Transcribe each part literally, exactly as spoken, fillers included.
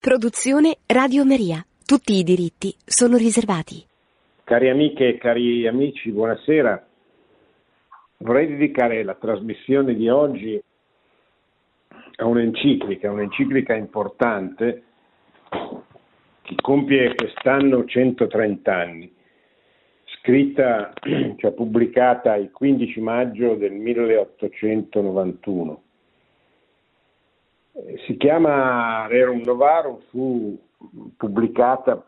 Produzione Radio Maria. Tutti i diritti sono riservati. Cari amiche e cari amici, buonasera. Vorrei dedicare la trasmissione di oggi a un'enciclica, un'enciclica importante che compie quest'anno centotrenta anni, scritta, cioè pubblicata il quindici maggio del milleottocentonovantuno. Si chiama Rerum Novarum, fu pubblicata,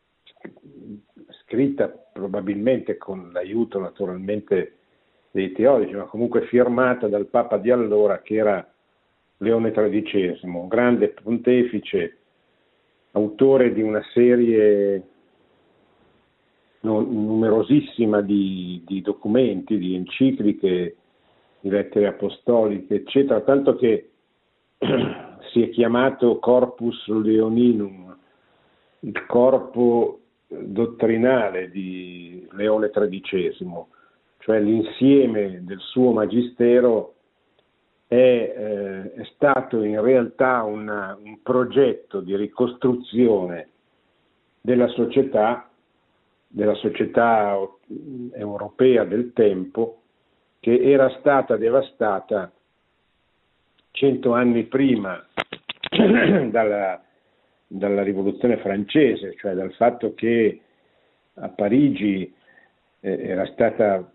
scritta probabilmente con l'aiuto naturalmente dei teologi, ma comunque firmata dal Papa di allora, che era Leone tredicesimo, un grande pontefice, autore di una serie numerosissima di, di documenti, di encicliche, di lettere apostoliche, eccetera, tanto che si è chiamato Corpus Leoninum, il corpo dottrinale di Leone tredicesimo, cioè l'insieme del suo magistero è, eh, è stato in realtà una, un progetto di ricostruzione della società, della società europea del tempo, che era stata devastata cento anni prima dalla, dalla rivoluzione francese, cioè dal fatto che a Parigi eh, era stata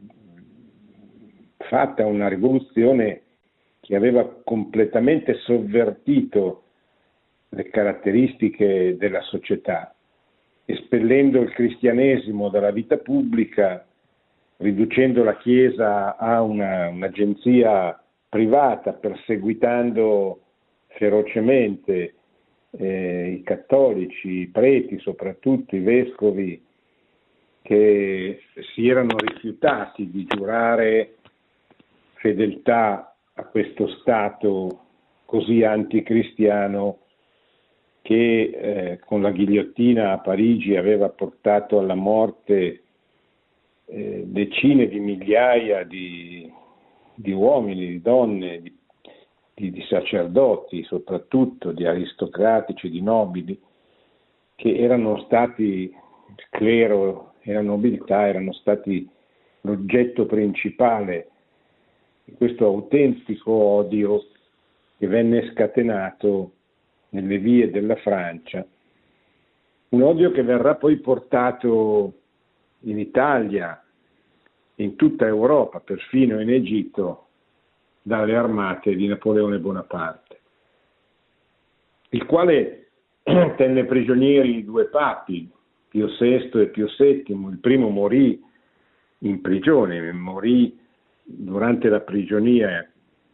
fatta una rivoluzione che aveva completamente sovvertito le caratteristiche della società, espellendo il cristianesimo dalla vita pubblica, riducendo la Chiesa a una, un'agenzia privata, perseguitando ferocemente eh, i cattolici, i preti, soprattutto i vescovi, che si erano rifiutati di giurare fedeltà a questo Stato così anticristiano che eh, con la ghigliottina a Parigi aveva portato alla morte eh, decine di migliaia di di uomini, di donne, di, di, di sacerdoti, soprattutto di aristocratici, di nobili, che erano stati, clero e la nobiltà, erano stati l'oggetto principale di questo autentico odio che venne scatenato nelle vie della Francia, un odio che verrà poi portato in Italia, in tutta Europa, perfino in Egitto, dalle armate di Napoleone Bonaparte, il quale tenne prigionieri due papi, Pio sesto e Pio settimo. Il primo morì in prigione, morì durante la prigionia,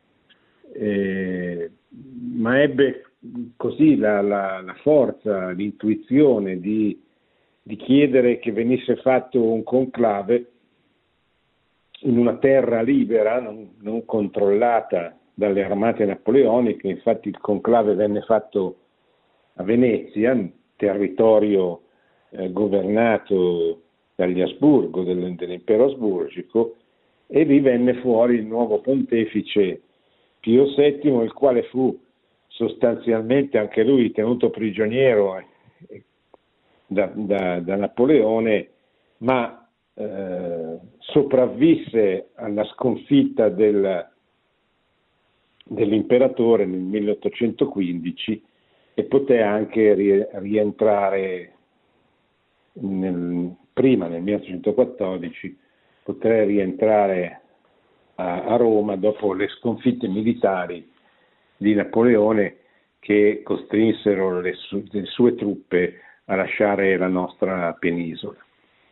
eh, ma ebbe così la, la, la forza, l'intuizione di, di chiedere che venisse fatto un conclave in una terra libera, non, non controllata dalle armate napoleoniche. Infatti il conclave venne fatto a Venezia, territorio eh, governato dagli Asburgo, del, dell'impero asburgico, e lì venne fuori il nuovo pontefice Pio settimo, il quale fu sostanzialmente anche lui tenuto prigioniero eh, da, da, da Napoleone, ma Eh, sopravvisse alla sconfitta del, dell'imperatore nel milleottocentoquindici e poté anche rie, rientrare nel, prima nel milleottocentoquattordici, poté rientrare a, a Roma dopo le sconfitte militari di Napoleone, che costrinsero le, su, le sue truppe a lasciare la nostra penisola.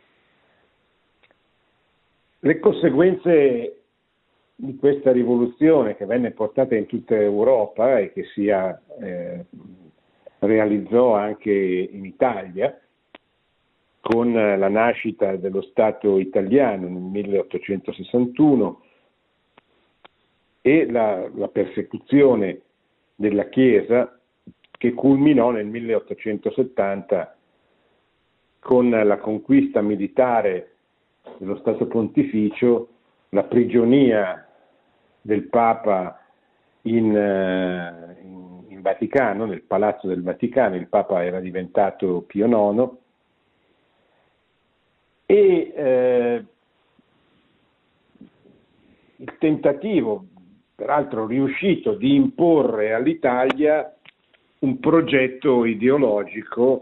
Le conseguenze di questa rivoluzione, che venne portata in tutta Europa e che si eh, realizzò anche in Italia con la nascita dello Stato italiano nel milleottocentosessantuno e la, la persecuzione della Chiesa, che culminò nel milleottocentosettanta con la conquista militare dello Stato Pontificio, la prigionia del Papa in, in, in Vaticano, nel Palazzo del Vaticano. Il Papa era diventato Pio nono e eh, il tentativo, peraltro riuscito, di imporre all'Italia un progetto ideologico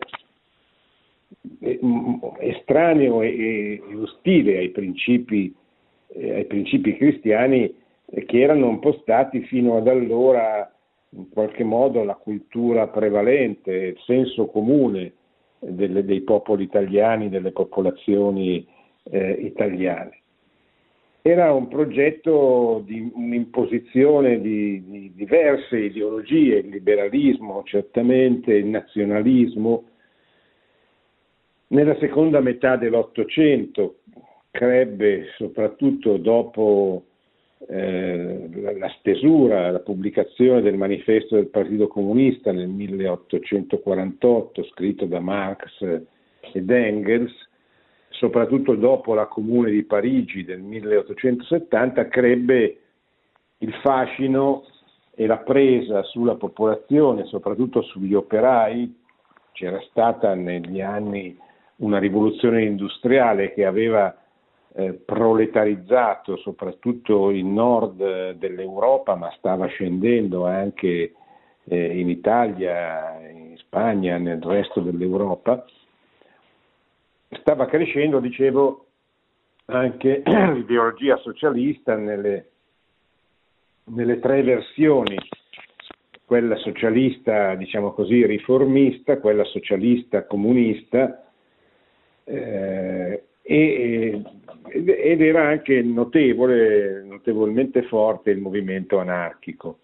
estraneo e ostile ai principi, ai principi cristiani che erano impostati fino ad allora in qualche modo la cultura prevalente, il senso comune delle, dei popoli italiani, delle popolazioni eh, italiane. Era un progetto di un'imposizione di, di diverse ideologie, il liberalismo certamente, il nazionalismo. Nella seconda metà dell'Ottocento crebbe, soprattutto dopo eh, la, la stesura, la pubblicazione del manifesto del Partito Comunista nel milleottocentoquarantotto, scritto da Marx ed Engels, soprattutto dopo la Comune di Parigi del milleottocentosettanta, crebbe il fascino e la presa sulla popolazione, soprattutto sugli operai. C'era stata negli anni una rivoluzione industriale che aveva eh, proletarizzato soprattutto il nord dell'Europa, ma stava scendendo anche eh, in Italia, in Spagna, nel resto dell'Europa. Stava crescendo, dicevo, anche l'ideologia socialista nelle, nelle tre versioni, quella socialista, diciamo così, riformista, quella socialista comunista, eh, e, ed era anche notevole, notevolmente forte il movimento anarchico.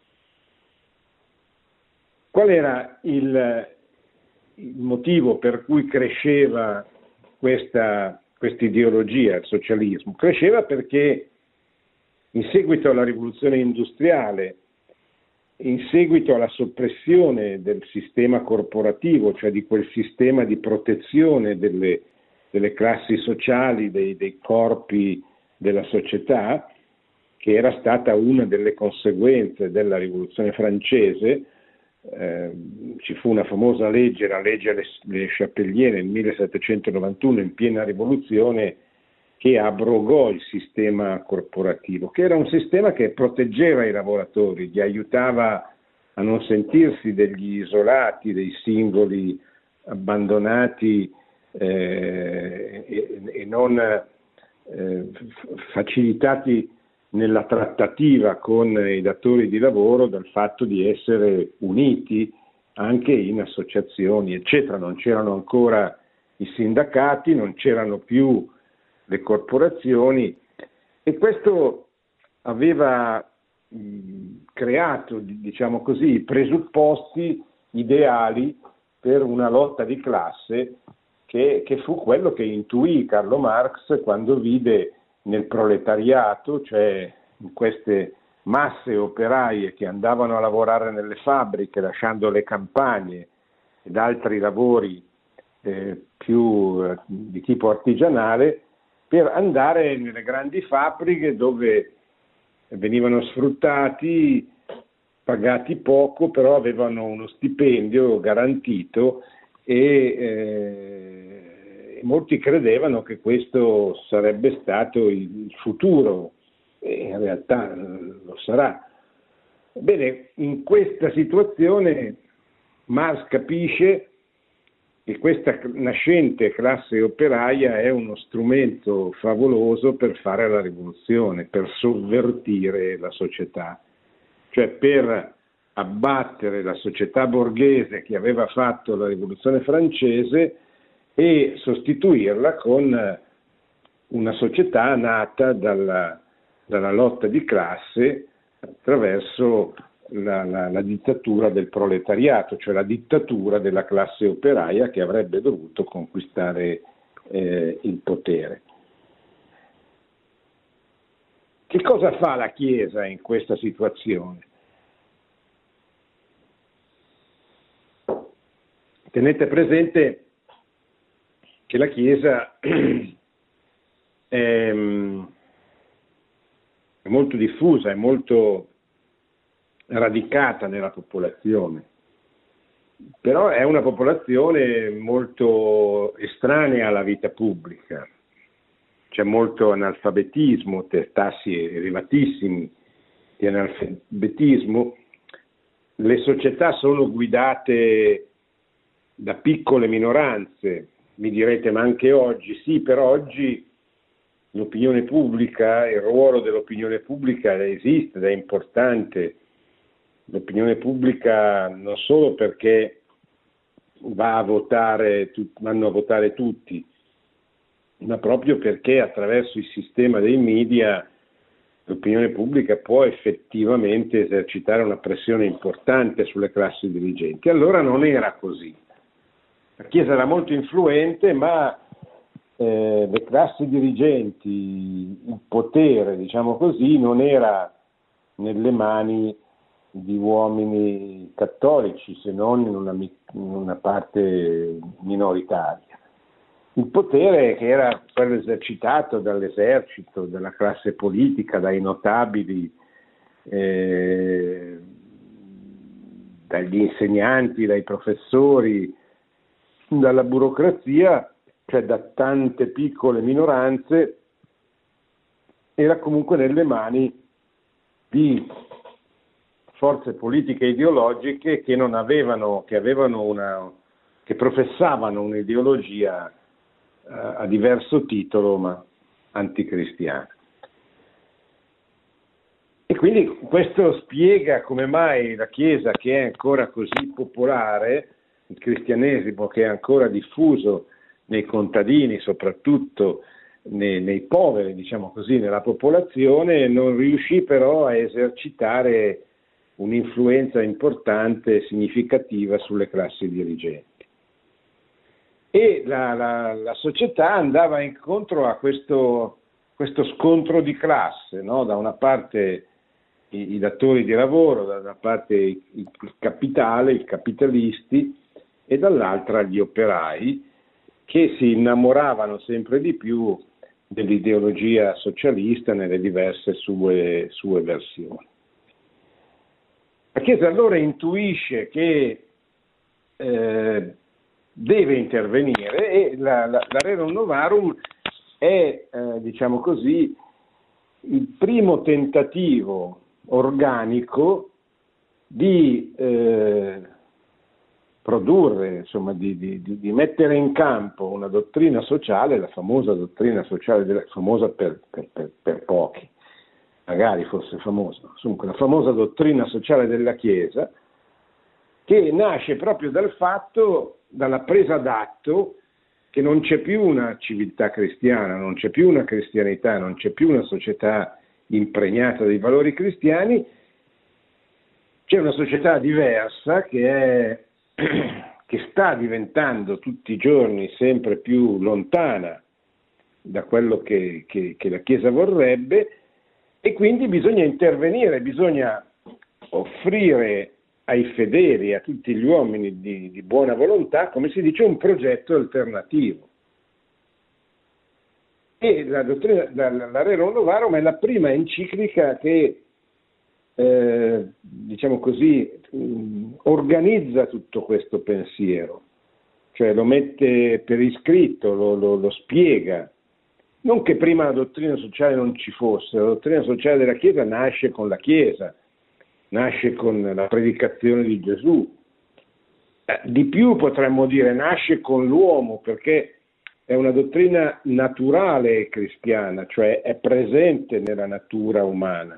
Qual era il, il motivo per cui cresceva questa questa ideologia, il socialismo? Cresceva perché in seguito alla rivoluzione industriale, in seguito alla soppressione del sistema corporativo, cioè di quel sistema di protezione delle, delle classi sociali, dei, dei corpi della società, che era stata una delle conseguenze della rivoluzione francese, eh, ci fu una famosa legge, la legge Le Chapelier nel millesettecentonovantuno, in piena rivoluzione, che abrogò il sistema corporativo, che era un sistema che proteggeva i lavoratori, li aiutava a non sentirsi degli isolati, dei singoli abbandonati eh, e, e non eh, facilitati nella trattativa con i datori di lavoro dal fatto di essere uniti anche in associazioni, eccetera. Non c'erano ancora i sindacati, non c'erano più le corporazioni, e questo aveva mh, creato, diciamo così, i presupposti ideali per una lotta di classe che, che fu quello che intuì Carlo Marx quando vide nel proletariato, cioè in queste masse operaie che andavano a lavorare nelle fabbriche lasciando le campagne ed altri lavori eh, più eh, di tipo artigianale, per andare nelle grandi fabbriche dove venivano sfruttati, pagati poco, però avevano uno stipendio garantito e eh, molti credevano che questo sarebbe stato il futuro, e in realtà lo sarà. Bene, in questa situazione Marx capisce che questa nascente classe operaia è uno strumento favoloso per fare la rivoluzione, per sovvertire la società, cioè per abbattere la società borghese che aveva fatto la rivoluzione francese e sostituirla con una società nata dalla, dalla lotta di classe attraverso La, la, la dittatura del proletariato, cioè la dittatura della classe operaia che avrebbe dovuto conquistare eh, il potere. Che cosa fa la Chiesa in questa situazione? Tenete presente che la Chiesa è, è molto diffusa, è molto radicata nella popolazione, però è una popolazione molto estranea alla vita pubblica, c'è molto analfabetismo, tassi elevatissimi di analfabetismo, le società sono guidate da piccole minoranze, mi direte ma anche oggi, sì, però oggi l'opinione pubblica, il ruolo dell'opinione pubblica esiste, è importante. L'opinione pubblica non solo perché va a votare, vanno a votare tutti, ma proprio perché attraverso il sistema dei media l'opinione pubblica può effettivamente esercitare una pressione importante sulle classi dirigenti. Allora non era così. La Chiesa era molto influente, ma eh, le classi dirigenti, il potere, diciamo così, non era nelle mani di uomini cattolici, se non in una, in una parte minoritaria. Il potere che era quello esercitato dall'esercito, dalla classe politica, dai notabili, eh, dagli insegnanti, dai professori, dalla burocrazia, cioè da tante piccole minoranze, era comunque nelle mani di forze politiche e ideologiche che non avevano, che avevano una, che professavano un'ideologia eh, a diverso titolo, ma anticristiana. E quindi questo spiega come mai la Chiesa, che è ancora così popolare, il cristianesimo che è ancora diffuso nei contadini, soprattutto nei, nei poveri, diciamo così, nella popolazione, non riuscì però a esercitare un'influenza importante e significativa sulle classi dirigenti. E la, la, la società andava incontro a questo, questo scontro di classe, no? Da una parte i, i datori di lavoro, da una parte il, il capitale, i capitalisti, e dall'altra gli operai, che si innamoravano sempre di più dell'ideologia socialista nelle diverse sue, sue versioni. La Chiesa allora intuisce che eh, deve intervenire e la, la, la Rerum Novarum è, eh, diciamo così, il primo tentativo organico di eh, produrre, insomma, di, di, di mettere in campo una dottrina sociale, la famosa dottrina sociale, della, famosa per, per, per, per pochi, magari fosse famosa, comunque la famosa dottrina sociale della Chiesa, che nasce proprio dal fatto, dalla presa d'atto che non c'è più una civiltà cristiana, non c'è più una cristianità, non c'è più una società impregnata dei valori cristiani, c'è una società diversa che è che sta diventando tutti i giorni sempre più lontana da quello che, che, che la Chiesa vorrebbe, e quindi bisogna intervenire, bisogna offrire ai fedeli, a tutti gli uomini di, di buona volontà, come si dice, un progetto alternativo. E la dottrina, la, la Rerum Novarum è la prima enciclica che Eh, diciamo così, mh, organizza tutto questo pensiero, cioè lo mette per iscritto, lo, lo, lo spiega. Non che prima la dottrina sociale non ci fosse, la dottrina sociale della Chiesa nasce con la Chiesa, nasce con la predicazione di Gesù. Eh, di più potremmo dire, nasce con l'uomo, perché è una dottrina naturale cristiana, cioè è presente nella natura umana.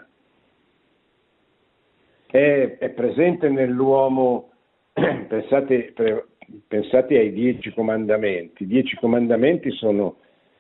È, è presente nell'uomo, pensate, pensate ai dieci comandamenti. I dieci comandamenti sono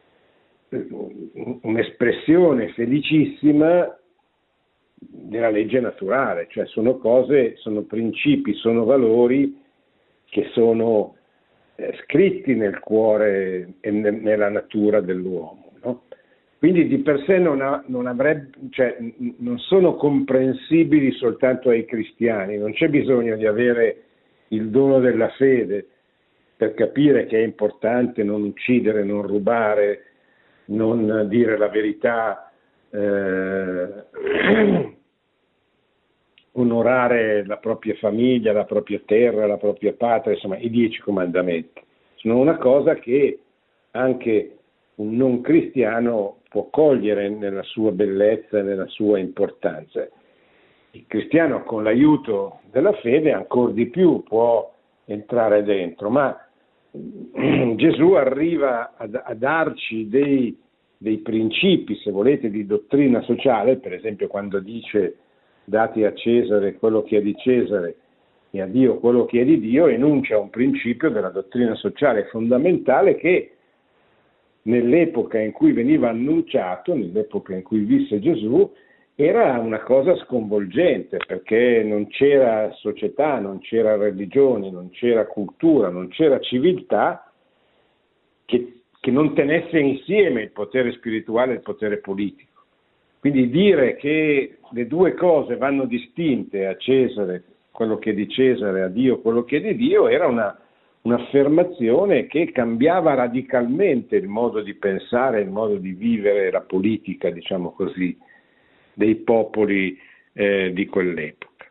un'espressione felicissima della legge naturale, cioè sono cose, sono principi, sono valori che sono eh, scritti nel cuore e ne, nella natura dell'uomo, no? Quindi di per sé non, ha, non, avrebbe, cioè, non sono comprensibili soltanto ai cristiani, non c'è bisogno di avere il dono della fede per capire che è importante non uccidere, non rubare, non dire la verità, eh, onorare la propria famiglia, la propria terra, la propria patria, insomma i dieci comandamenti. Sono una cosa che anche un non cristiano può cogliere nella sua bellezza e nella sua importanza. Il cristiano con l'aiuto della fede ancora di più può entrare dentro, ma Gesù arriva a, a darci dei, dei principi, se volete, di dottrina sociale, per esempio quando dice dati a Cesare quello che è di Cesare e a Dio quello che è di Dio, enuncia un principio della dottrina sociale fondamentale che nell'epoca in cui veniva annunciato, nell'epoca in cui visse Gesù, era una cosa sconvolgente, perché non c'era società, non c'era religione, non c'era cultura, non c'era civiltà che, che non tenesse insieme il potere spirituale e il potere politico. Quindi dire che le due cose vanno distinte, a Cesare quello che è di Cesare, a Dio quello che è di Dio, era una, un'affermazione che cambiava radicalmente il modo di pensare, il modo di vivere la politica, diciamo così, dei popoli eh, di quell'epoca.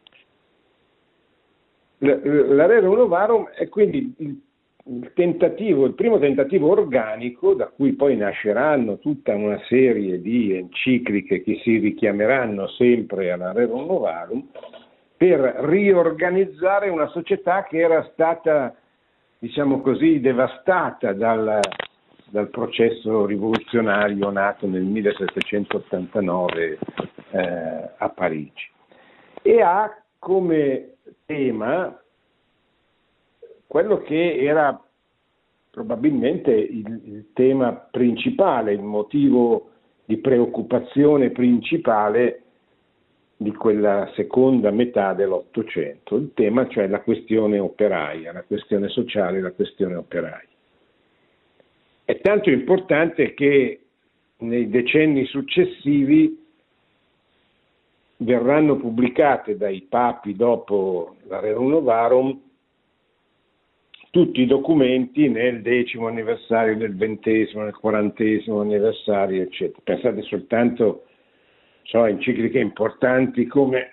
La Rerum Novarum è quindi il, il tentativo, il primo tentativo organico da cui poi nasceranno tutta una serie di encicliche che si richiameranno sempre alla Rerum Novarum per riorganizzare una società che era stata, diciamo così, devastata dal dal processo rivoluzionario nato nel millesettecentottantanove eh, a Parigi, e ha come tema quello che era probabilmente il, il tema principale, il motivo di preoccupazione principale di quella seconda metà dell'Ottocento, il tema, cioè la questione operaia, la questione sociale, la questione operaia. È tanto importante che nei decenni successivi verranno pubblicate dai papi dopo la Rerum Novarum tutti i documenti nel decimo anniversario, nel ventesimo, nel quarantesimo anniversario, eccetera. Pensate soltanto so, a encicliche importanti come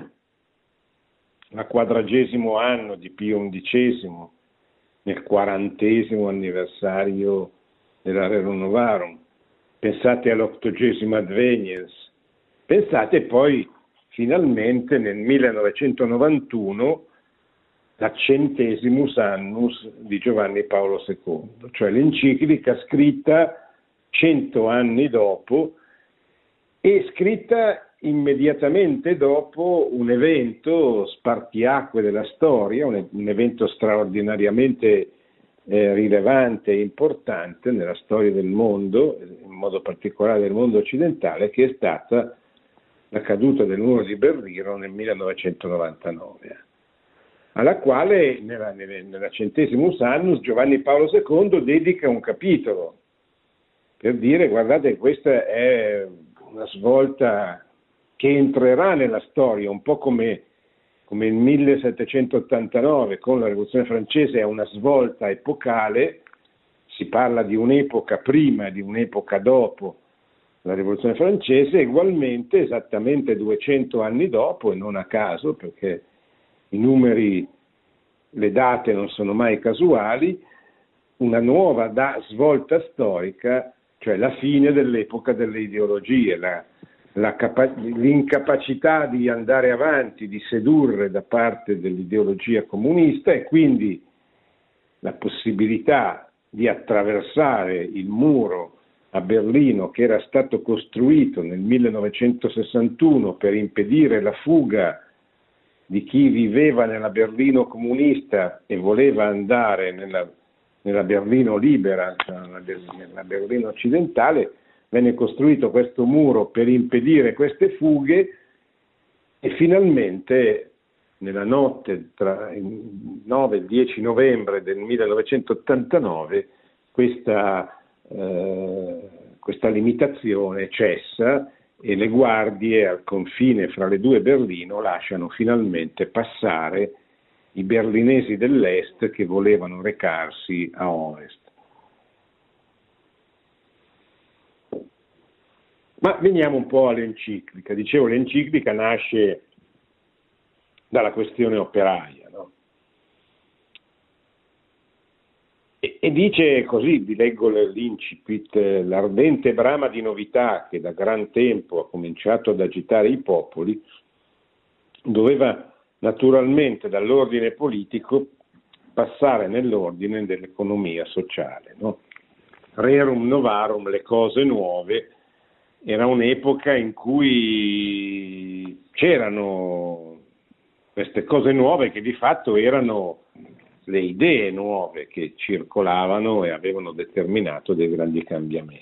la quadragesimo anno di Pio undicesimo, nel quarantesimo anniversario della Rerum Novarum, pensate all'ottocesima Adveniens, pensate poi finalmente nel millenovecentonovantuno la Centesimus Annus di Giovanni Paolo secondo, cioè l'enciclica scritta cento anni dopo e scritta immediatamente dopo un evento spartiacque della storia, un, un evento straordinariamente eh, rilevante e importante nella storia del mondo, in modo particolare del mondo occidentale, che è stata la caduta del muro di Berlino nel millenovecentonovantanove, alla quale nella, nella Centesimus Annus Giovanni Paolo secondo dedica un capitolo per dire guardate, questa è una svolta che entrerà nella storia, un po' come, come il millesettecentottantanove con la Rivoluzione francese è una svolta epocale, si parla di un'epoca prima e di un'epoca dopo la Rivoluzione francese, ugualmente esattamente duecento anni dopo, e non a caso perché i numeri, le date non sono mai casuali, una nuova da, svolta storica, cioè la fine dell'epoca delle ideologie, la, la capa- l'incapacità di andare avanti, di sedurre da parte dell'ideologia comunista e quindi la possibilità di attraversare il muro a Berlino che era stato costruito nel millenovecentosessantuno per impedire la fuga di chi viveva nella Berlino comunista e voleva andare nella, nella Berlino libera, nella Berlino occidentale, venne costruito questo muro per impedire queste fughe e finalmente nella notte tra il nove e il dieci novembre del millenovecentottantanove questa, eh, questa limitazione cessa e le guardie al confine fra le due Berlino lasciano finalmente passare i berlinesi dell'est che volevano recarsi a ovest. Ma veniamo un po' all'enciclica. Dicevo, l'enciclica nasce dalla questione operaia, no? E, e dice così, vi leggo l'incipit: l'ardente brama di novità che da gran tempo ha cominciato ad agitare i popoli doveva naturalmente dall'ordine politico passare nell'ordine dell'economia sociale, no? Rerum novarum, le cose nuove. Era un'epoca in cui c'erano queste cose nuove che di fatto erano le idee nuove che circolavano e avevano determinato dei grandi cambiamenti.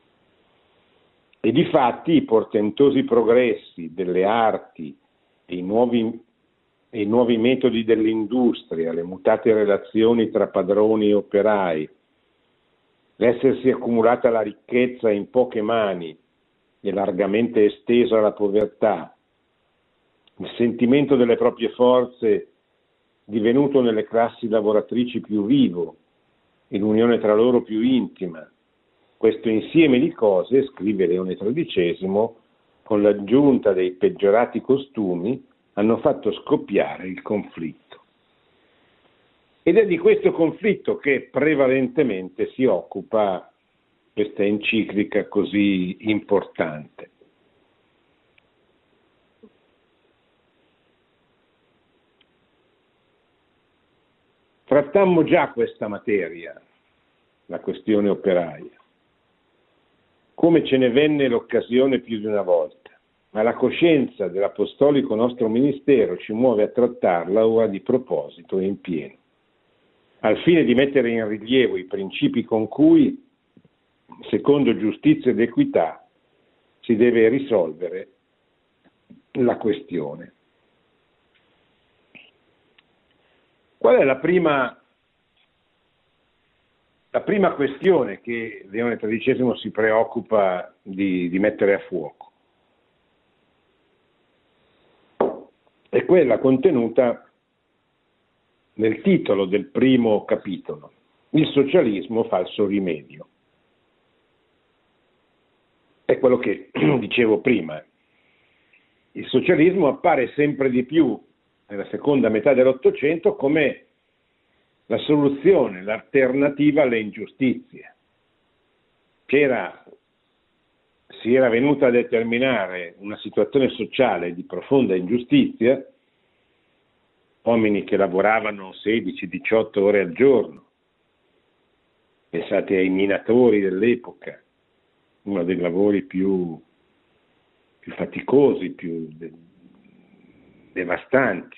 E di fatti i portentosi progressi delle arti, e i nuovi, e i nuovi metodi dell'industria, le mutate relazioni tra padroni e operai, l'essersi accumulata la ricchezza in poche mani e largamente estesa la povertà, il sentimento delle proprie forze divenuto nelle classi lavoratrici più vivo e l'unione tra loro più intima. Questo insieme di cose, scrive Leone tredicesimo, con l'aggiunta dei peggiorati costumi, hanno fatto scoppiare il conflitto. Ed è di questo conflitto che prevalentemente si occupa questa enciclica così importante. Trattammo già questa materia, la questione operaia, come ce ne venne l'occasione più di una volta, ma la coscienza dell'apostolico nostro ministero ci muove a trattarla ora di proposito e in pieno, al fine di mettere in rilievo i principi con cui, secondo giustizia ed equità, si deve risolvere la questione. Qual è la prima, la prima questione che Leone tredicesimo si preoccupa di, di mettere a fuoco? È quella contenuta nel titolo del primo capitolo: il socialismo falso rimedio. È quello che dicevo prima. Il socialismo appare sempre di più nella seconda metà dell'Ottocento come la soluzione, l'alternativa alle ingiustizie. C'era, si era venuta a determinare una situazione sociale di profonda ingiustizia, uomini che lavoravano sedici diciotto ore al giorno, pensate ai minatori dell'epoca, uno dei lavori più, più faticosi, più de- devastanti.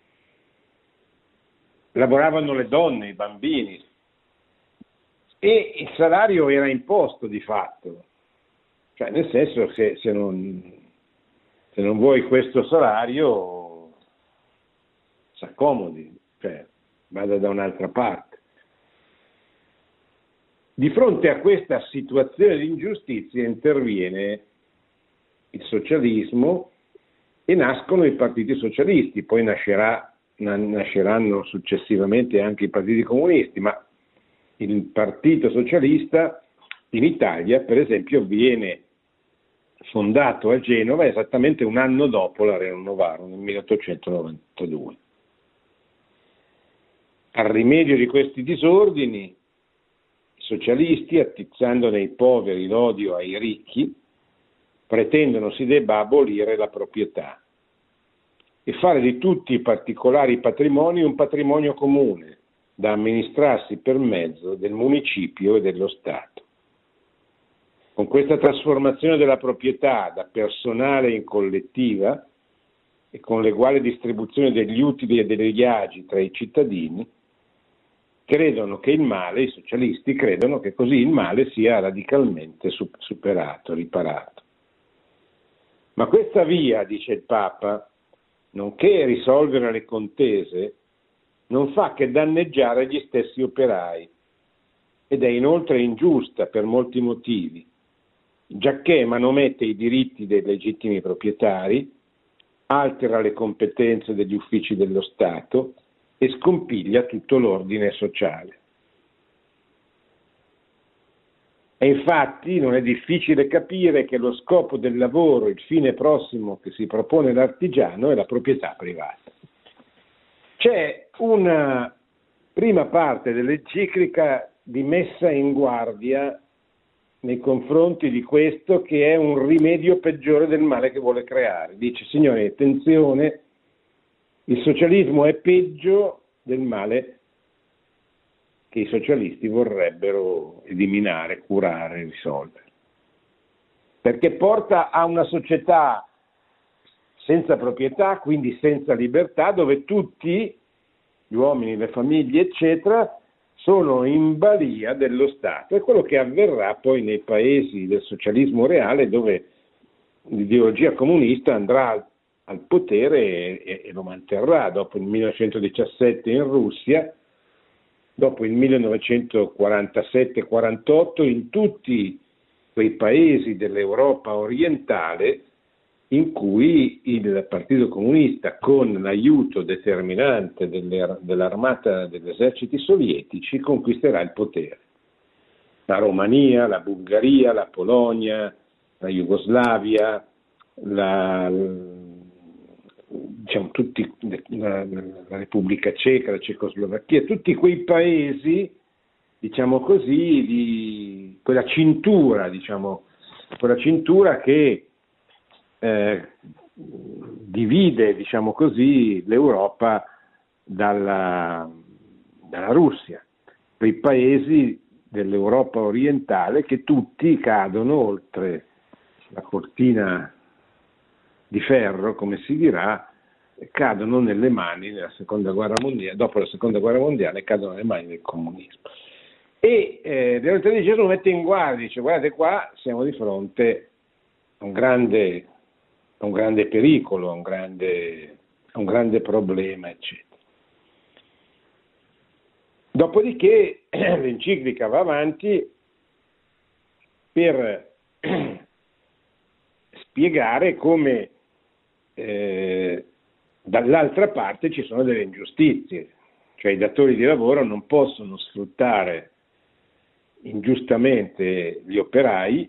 Lavoravano le donne, i bambini, e il salario era imposto di fatto, cioè nel senso che se non, se non vuoi questo salario s'accomodi, cioè vada da un'altra parte. Di fronte a questa situazione di ingiustizia interviene il socialismo e nascono i partiti socialisti, poi nascerà, nasceranno successivamente anche i partiti comunisti, ma il Partito Socialista in Italia, per esempio, viene fondato a Genova esattamente un anno dopo la Rerum Novarum, nel milleottocentonovantadue. Al rimedio di questi disordini, i socialisti, attizzando nei poveri l'odio ai ricchi, pretendono si debba abolire la proprietà e fare di tutti i particolari patrimoni un patrimonio comune, da amministrarsi per mezzo del municipio e dello Stato. Con questa trasformazione della proprietà da personale in collettiva e con l'eguale distribuzione degli utili e degli agi tra i cittadini, credono che il male, i socialisti credono che così il male sia radicalmente superato, riparato. Ma questa via, dice il Papa, nonché risolvere le contese, non fa che danneggiare gli stessi operai ed è inoltre ingiusta per molti motivi, giacché manomette i diritti dei legittimi proprietari, altera le competenze degli uffici dello Stato e scompiglia tutto l'ordine sociale. E infatti non è difficile capire che lo scopo del lavoro, il fine prossimo che si propone l'artigiano, è la proprietà privata. c'è una prima parte dell'enciclica di messa in guardia nei confronti di questo che è un rimedio peggiore del male che vuole creare. Dice, signori, attenzione, il socialismo è peggio del male che i socialisti vorrebbero eliminare, curare, risolvere. Perché porta a una società senza proprietà, quindi senza libertà, dove tutti, gli uomini, le famiglie, eccetera, sono in balia dello Stato. È quello che avverrà poi nei paesi del socialismo reale, dove l'ideologia comunista andrà al, al potere e, e lo manterrà, dopo il millenovecentodiciassette in Russia, dopo il millenovecentoquarantasette quarantotto in tutti quei paesi dell'Europa orientale in cui il Partito Comunista, con l'aiuto determinante delle, dell'armata degli eserciti sovietici, conquisterà il potere. La Romania, la Bulgaria, la Polonia, la Jugoslavia, la, diciamo, tutti, la, la Repubblica Ceca, la Cecoslovacchia, tutti quei paesi, diciamo così, di quella cintura, diciamo, quella cintura che Eh, divide, diciamo così, l'Europa dalla, dalla Russia, quei paesi dell'Europa orientale che tutti cadono oltre la cortina di ferro, come si dirà, cadono nelle mani nella seconda guerra mondiale, dopo la seconda guerra mondiale cadono nelle mani del comunismo. E eh, Leone tredicesimo mette in guardia, dice, guardate qua siamo di fronte a un grande un grande pericolo, un grande, un grande problema, eccetera. Dopodiché l'enciclica va avanti per spiegare come eh, dall'altra parte ci sono delle ingiustizie, cioè i datori di lavoro non possono sfruttare ingiustamente gli operai,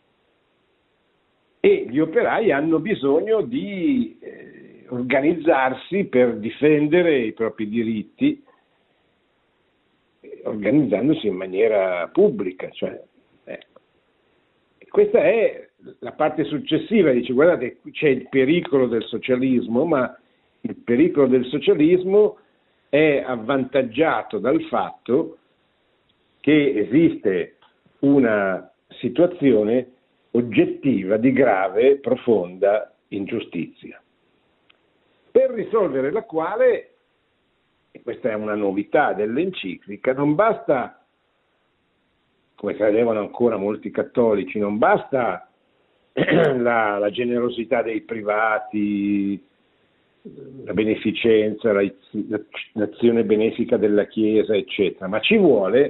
e gli operai hanno bisogno di eh, organizzarsi per difendere i propri diritti, organizzandosi in maniera pubblica. Cioè, ecco. Questa è la parte successiva, dice, guardate, c'è il pericolo del socialismo, ma il pericolo del socialismo è avvantaggiato dal fatto che esiste una situazione oggettiva di grave, profonda ingiustizia, per risolvere la quale, e questa è una novità dell'enciclica, non basta, come credevano ancora molti cattolici, non basta la, la generosità dei privati, la beneficenza, la, l'azione benefica della Chiesa, eccetera, ma ci vuole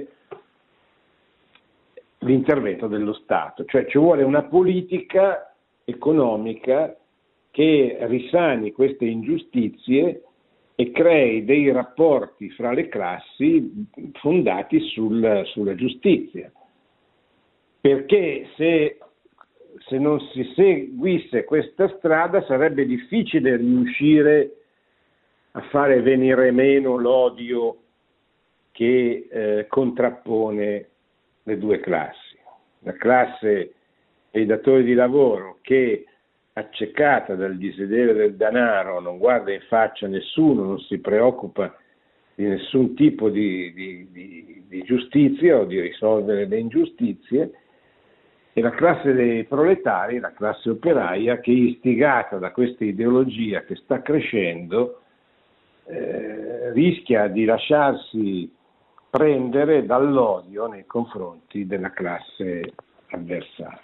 l'intervento dello Stato, cioè ci vuole una politica economica che risani queste ingiustizie e crei dei rapporti fra le classi fondati sul, sulla giustizia. Perché se, se non si seguisse questa strada sarebbe difficile riuscire a fare venire meno l'odio che eh, contrappone le due classi, la classe dei datori di lavoro che, accecata dal desiderio del denaro, non guarda in faccia a nessuno, non si preoccupa di nessun tipo di, di, di, di giustizia o di risolvere le ingiustizie, e la classe dei proletari, la classe operaia, che istigata da questa ideologia che sta crescendo, eh, rischia di lasciarsi prendere dall'odio nei confronti della classe avversaria.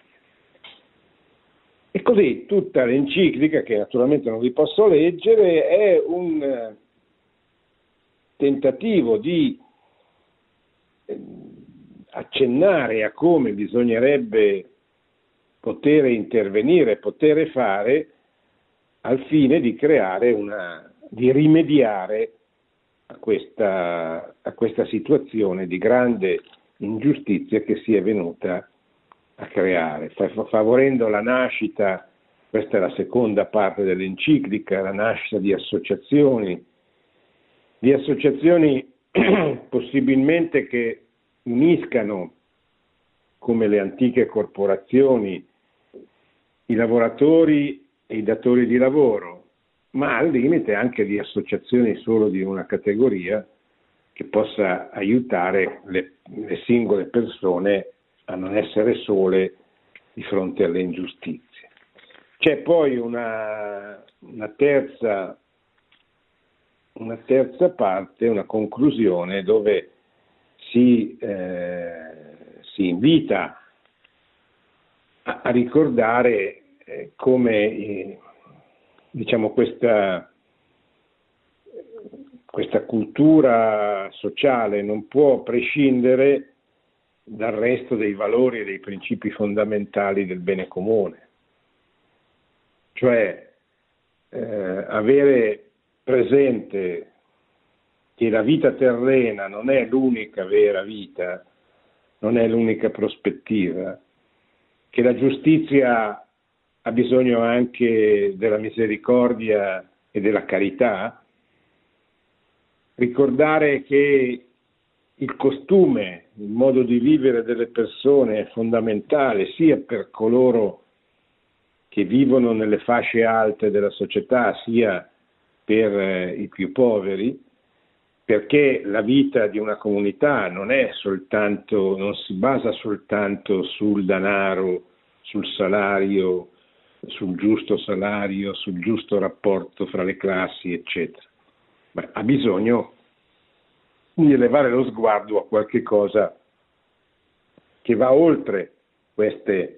E così tutta l'enciclica, che naturalmente non vi posso leggere, è un tentativo di accennare a come bisognerebbe poter intervenire, poter fare al fine di creare una, di rimediare a questa, a questa situazione di grande ingiustizia che si è venuta a creare, favorendo la nascita, questa è la seconda parte dell'enciclica, la nascita di associazioni di associazioni possibilmente che uniscano, come le antiche corporazioni, i lavoratori e i datori di lavoro, ma al limite anche di associazioni solo di una categoria che possa aiutare le, le singole persone a non essere sole di fronte alle ingiustizie. C'è poi una, una terza una terza parte, una conclusione dove si, eh, si invita a, a ricordare eh, come eh, diciamo questa, questa cultura sociale non può prescindere dal resto dei valori e dei principi fondamentali del bene comune, cioè eh, avere presente che la vita terrena non è l'unica vera vita, non è l'unica prospettiva, che la giustizia ha bisogno anche della misericordia e della carità, ricordare che il costume, il modo di vivere delle persone è fondamentale sia per coloro che vivono nelle fasce alte della società, sia per eh, i più poveri, perché la vita di una comunità non è soltanto, non si basa soltanto sul denaro, sul salario, sul giusto salario, sul giusto rapporto fra le classi, eccetera, ma ha bisogno di elevare lo sguardo a qualche cosa che va oltre queste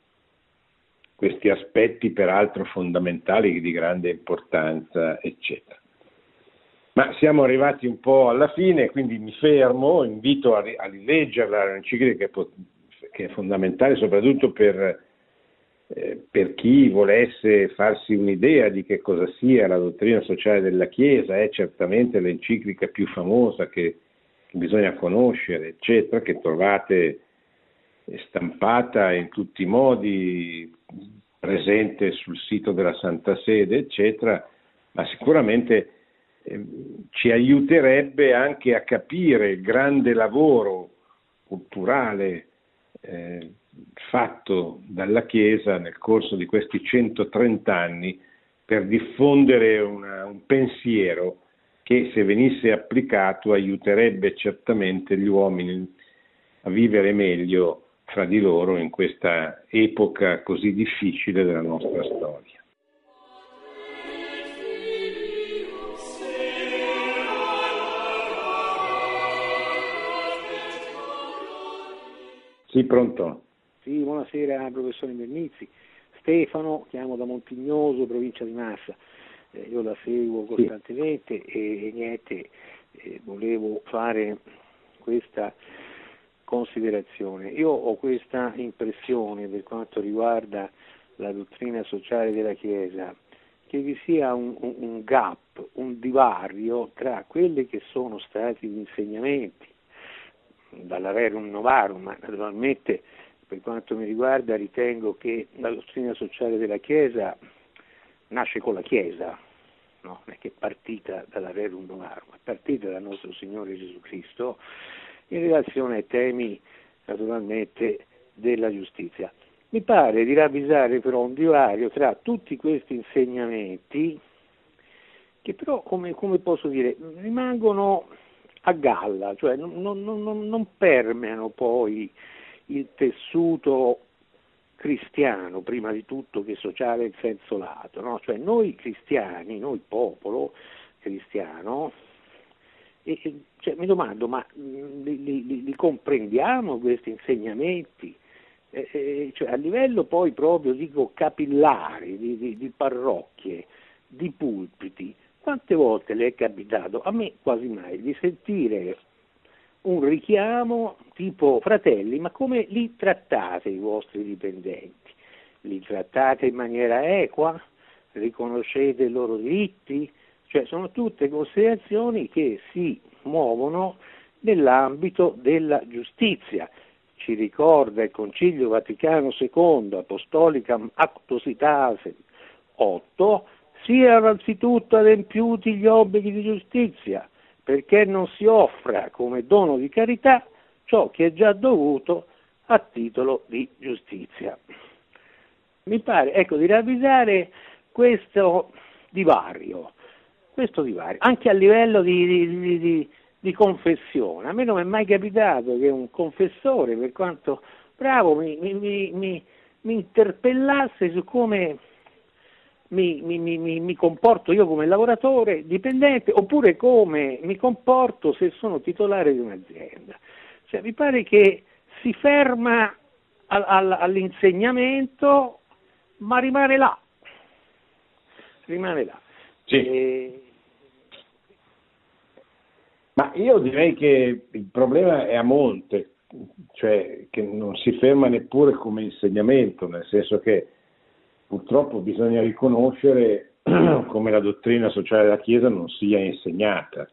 questi aspetti peraltro fondamentali di grande importanza, eccetera. Ma siamo arrivati un po' alla fine, quindi mi fermo, invito a, ri- a rileggerla, l'enciclica che, che è fondamentale soprattutto per, eh, per chi volesse farsi un'idea di che cosa sia la dottrina sociale della Chiesa, è certamente l'enciclica più famosa che, che bisogna conoscere, eccetera, che trovate stampata in tutti i modi, presente sul sito della Santa Sede, eccetera, ma sicuramente eh, ci aiuterebbe anche a capire il grande lavoro culturale eh, fatto dalla Chiesa nel corso di questi centotrenta anni per diffondere una, un pensiero che, se venisse applicato, aiuterebbe certamente gli uomini a vivere meglio fra di loro in questa epoca così difficile della nostra storia. Sì, pronto? Sì, buonasera professore Mernizzi. Stefano, chiamo da Montignoso, provincia di Massa. Eh, io la seguo costantemente sì. e, e niente, eh, volevo fare questa considerazione. Io ho questa impressione per quanto riguarda la dottrina sociale della Chiesa, che vi sia un, un, un gap, un divario tra quelli che sono stati gli insegnamenti dalla Rerum Novarum, ma naturalmente per quanto mi riguarda ritengo che la dottrina sociale della Chiesa nasce con la Chiesa, no? Non è che è partita dalla Rerum Novarum, è partita dal nostro Signore Gesù Cristo in relazione ai temi naturalmente della giustizia. Mi pare di ravvisare però un divario tra tutti questi insegnamenti che però, come, come posso dire, rimangono a galla, cioè non, non, non, non permeano poi il tessuto cristiano, prima di tutto, che sociale in senso lato, no? Cioè noi cristiani, noi popolo cristiano, e, e, cioè, mi domando, ma li, li, li comprendiamo questi insegnamenti? Eh, eh, cioè, a livello poi proprio, dico, capillare, di, di, di parrocchie, di pulpiti, quante volte le è capitato, a me quasi mai, di sentire un richiamo tipo: fratelli, ma come li trattate i vostri dipendenti? Li trattate in maniera equa? Riconoscete i loro diritti? Cioè sono tutte considerazioni che si muovono nell'ambito della giustizia. Ci ricorda il Concilio Vaticano secondo, Apostolicam Actuositate otto, siano anzitutto adempiuti gli obblighi di giustizia, perché non si offra come dono di carità ciò che è già dovuto a titolo di giustizia. Mi pare, ecco, di ravvisare questo divario, questo divario, anche a livello di, di, di, di, di confessione. A me non è mai capitato che un confessore, per quanto bravo, mi, mi, mi, mi, mi interpellasse su come mi, mi, mi, mi comporto io come lavoratore dipendente, oppure come mi comporto se sono titolare di un'azienda. Cioè, mi pare che si ferma al, al, all'insegnamento, ma rimane là, rimane là. Sì. E... Ma io direi che il problema è a monte, cioè che non si ferma neppure come insegnamento, nel senso che purtroppo bisogna riconoscere come la dottrina sociale della Chiesa non sia insegnata.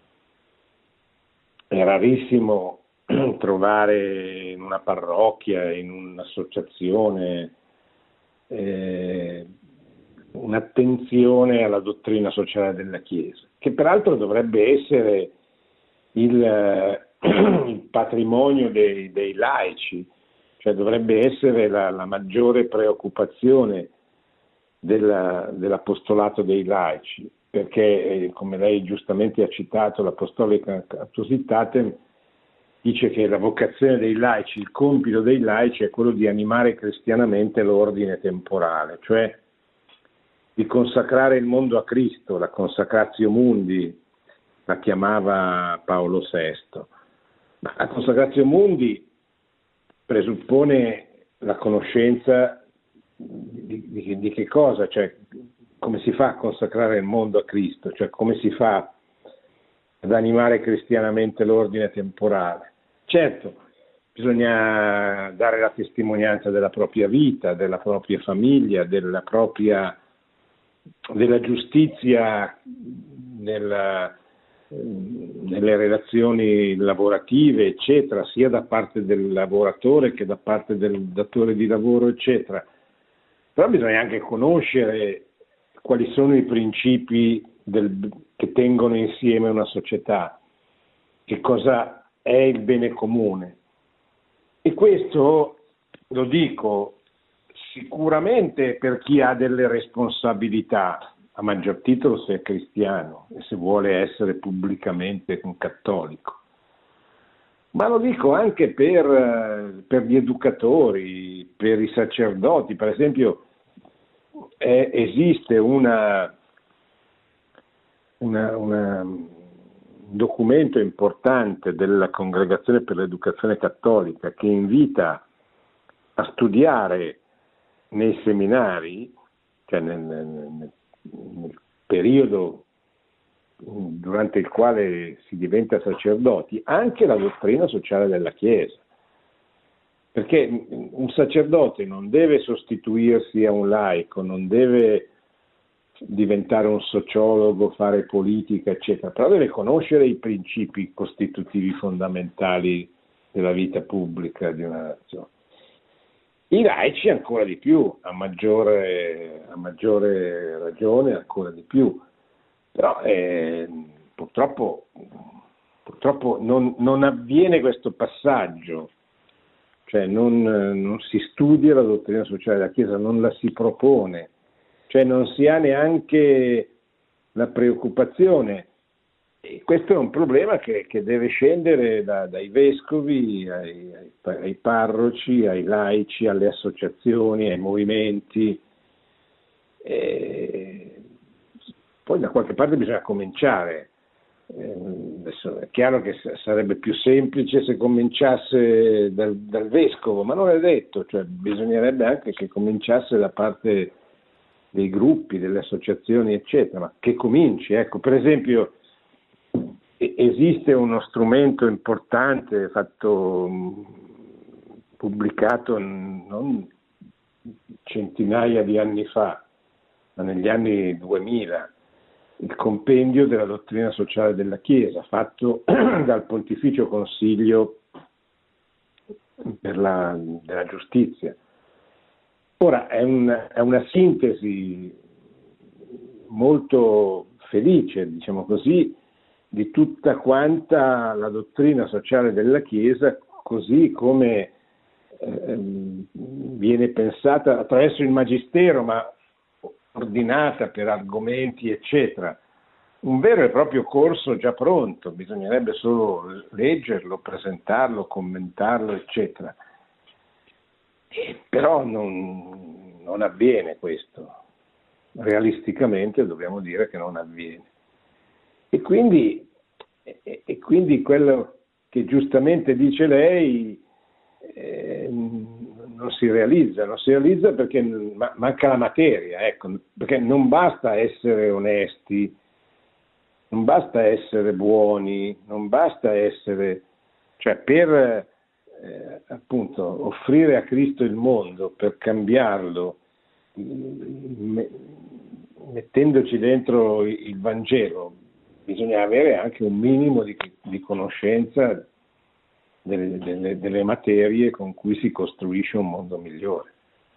È rarissimo trovare in una parrocchia, in un'associazione, eh, un'attenzione alla dottrina sociale della Chiesa, che peraltro dovrebbe essere il, eh, il patrimonio dei, dei laici, cioè dovrebbe essere la, la maggiore preoccupazione della, dell'apostolato dei laici, perché eh, come lei giustamente ha citato, l'Apostolica Actuositatem dice che la vocazione dei laici, il compito dei laici è quello di animare cristianamente l'ordine temporale, cioè di consacrare il mondo a Cristo, la consacratio mundi, la chiamava Paolo sesto. Ma la consacratio mundi presuppone la conoscenza di, di, di che cosa, cioè come si fa a consacrare il mondo a Cristo, cioè come si fa ad animare cristianamente l'ordine temporale. Certo, bisogna dare la testimonianza della propria vita, della propria famiglia, della propria della giustizia nella, nelle relazioni lavorative, eccetera, sia da parte del lavoratore che da parte del datore di lavoro, eccetera. Però bisogna anche conoscere quali sono i principi del, che tengono insieme una società, che cosa è il bene comune. E questo lo dico sicuramente per chi ha delle responsabilità, a maggior titolo se è cristiano e se vuole essere pubblicamente un cattolico. Ma lo dico anche per, per gli educatori, per i sacerdoti. Per esempio, eh, esiste una, una, una, un documento importante della Congregazione per l'Educazione Cattolica che invita a studiare nei seminari, cioè nel, nel, nel periodo durante il quale si diventa sacerdoti, anche la dottrina sociale della Chiesa. Perché un sacerdote non deve sostituirsi a un laico, non deve diventare un sociologo, fare politica, eccetera, però deve conoscere i principi costitutivi fondamentali della vita pubblica di una nazione. I laici ancora di più, a maggiore, a maggiore ragione ancora di più, però eh, purtroppo, purtroppo non, non avviene questo passaggio, cioè non, non si studia la dottrina sociale della Chiesa, non la si propone, cioè non si ha neanche la preoccupazione. E questo è un problema che, che deve scendere da, dai vescovi, ai, ai, ai parroci, ai laici, alle associazioni, ai movimenti. E poi da qualche parte bisogna cominciare. Eh, adesso è chiaro che sarebbe più semplice se cominciasse dal, dal vescovo, ma non è detto, cioè bisognerebbe anche che cominciasse da parte dei gruppi, delle associazioni, eccetera, ma che cominci. Ecco, per esempio, esiste uno strumento importante fatto, pubblicato non centinaia di anni fa, ma negli anni duemila, il compendio della dottrina sociale della Chiesa, fatto dal Pontificio Consiglio per la, della Giustizia. Ora è, un, è una sintesi molto felice, diciamo così, di tutta quanta la dottrina sociale della Chiesa, così come eh, viene pensata attraverso il Magistero, ma ordinata per argomenti, eccetera. Un vero e proprio corso già pronto, bisognerebbe solo leggerlo, presentarlo, commentarlo, eccetera. E però non, non avviene questo. Realisticamente dobbiamo dire che non avviene. E quindi, e, e quindi quello che giustamente dice lei eh, non si realizza, non si realizza perché manca la materia, ecco, perché non basta essere onesti, non basta essere buoni, non basta essere, cioè per eh, appunto offrire a Cristo il mondo, per cambiarlo, me, mettendoci dentro il Vangelo, bisogna avere anche un minimo di, di conoscenza delle, delle, delle materie con cui si costruisce un mondo migliore.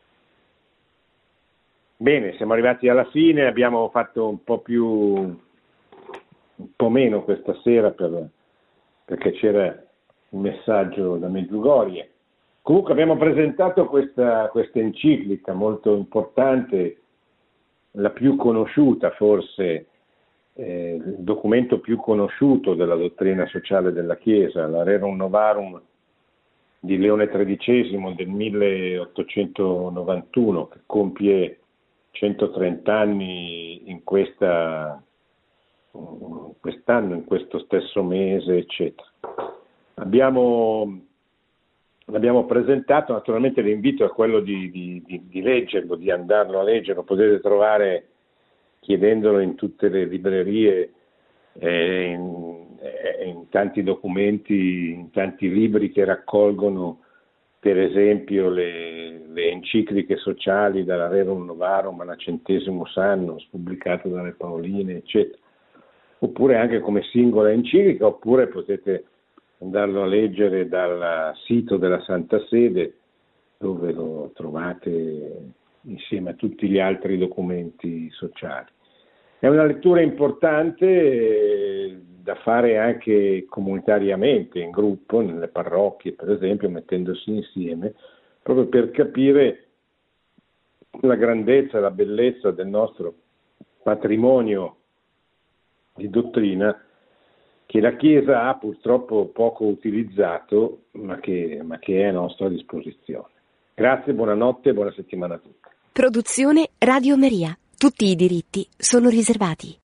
Bene, siamo arrivati alla fine, abbiamo fatto un po' più, un po' meno questa sera per, perché c'era un messaggio da Medjugorje. Comunque abbiamo presentato questa, questa enciclica molto importante, la più conosciuta forse, eh, il documento più conosciuto della dottrina sociale della Chiesa, la Rerum Novarum di Leone tredicesimo del milleottocentonovantuno, che compie centotrenta anni in questa, quest'anno, in questo stesso mese, eccetera. Abbiamo, l'abbiamo presentato, naturalmente l'invito è quello di, di, di, di leggerlo, di andarlo a leggere, lo potete trovare chiedendolo in tutte le librerie, eh, in, eh, in tanti documenti, in tanti libri che raccolgono per esempio le, le encicliche sociali dalla Rerum Novarum alla Centesimus Annus, pubblicate dalle Paoline, eccetera, oppure anche come singola enciclica, oppure potete andarlo a leggere dal sito della Santa Sede, dove lo trovate insieme a tutti gli altri documenti sociali. È una lettura importante eh, da fare anche comunitariamente, in gruppo, nelle parrocchie per esempio, mettendosi insieme, proprio per capire la grandezza e la bellezza del nostro patrimonio di dottrina, che la Chiesa ha purtroppo poco utilizzato, ma che, ma che è a nostra disposizione. Grazie, buonanotte e buona settimana a tutti. Produzione Radio Maria. Tutti i diritti sono riservati.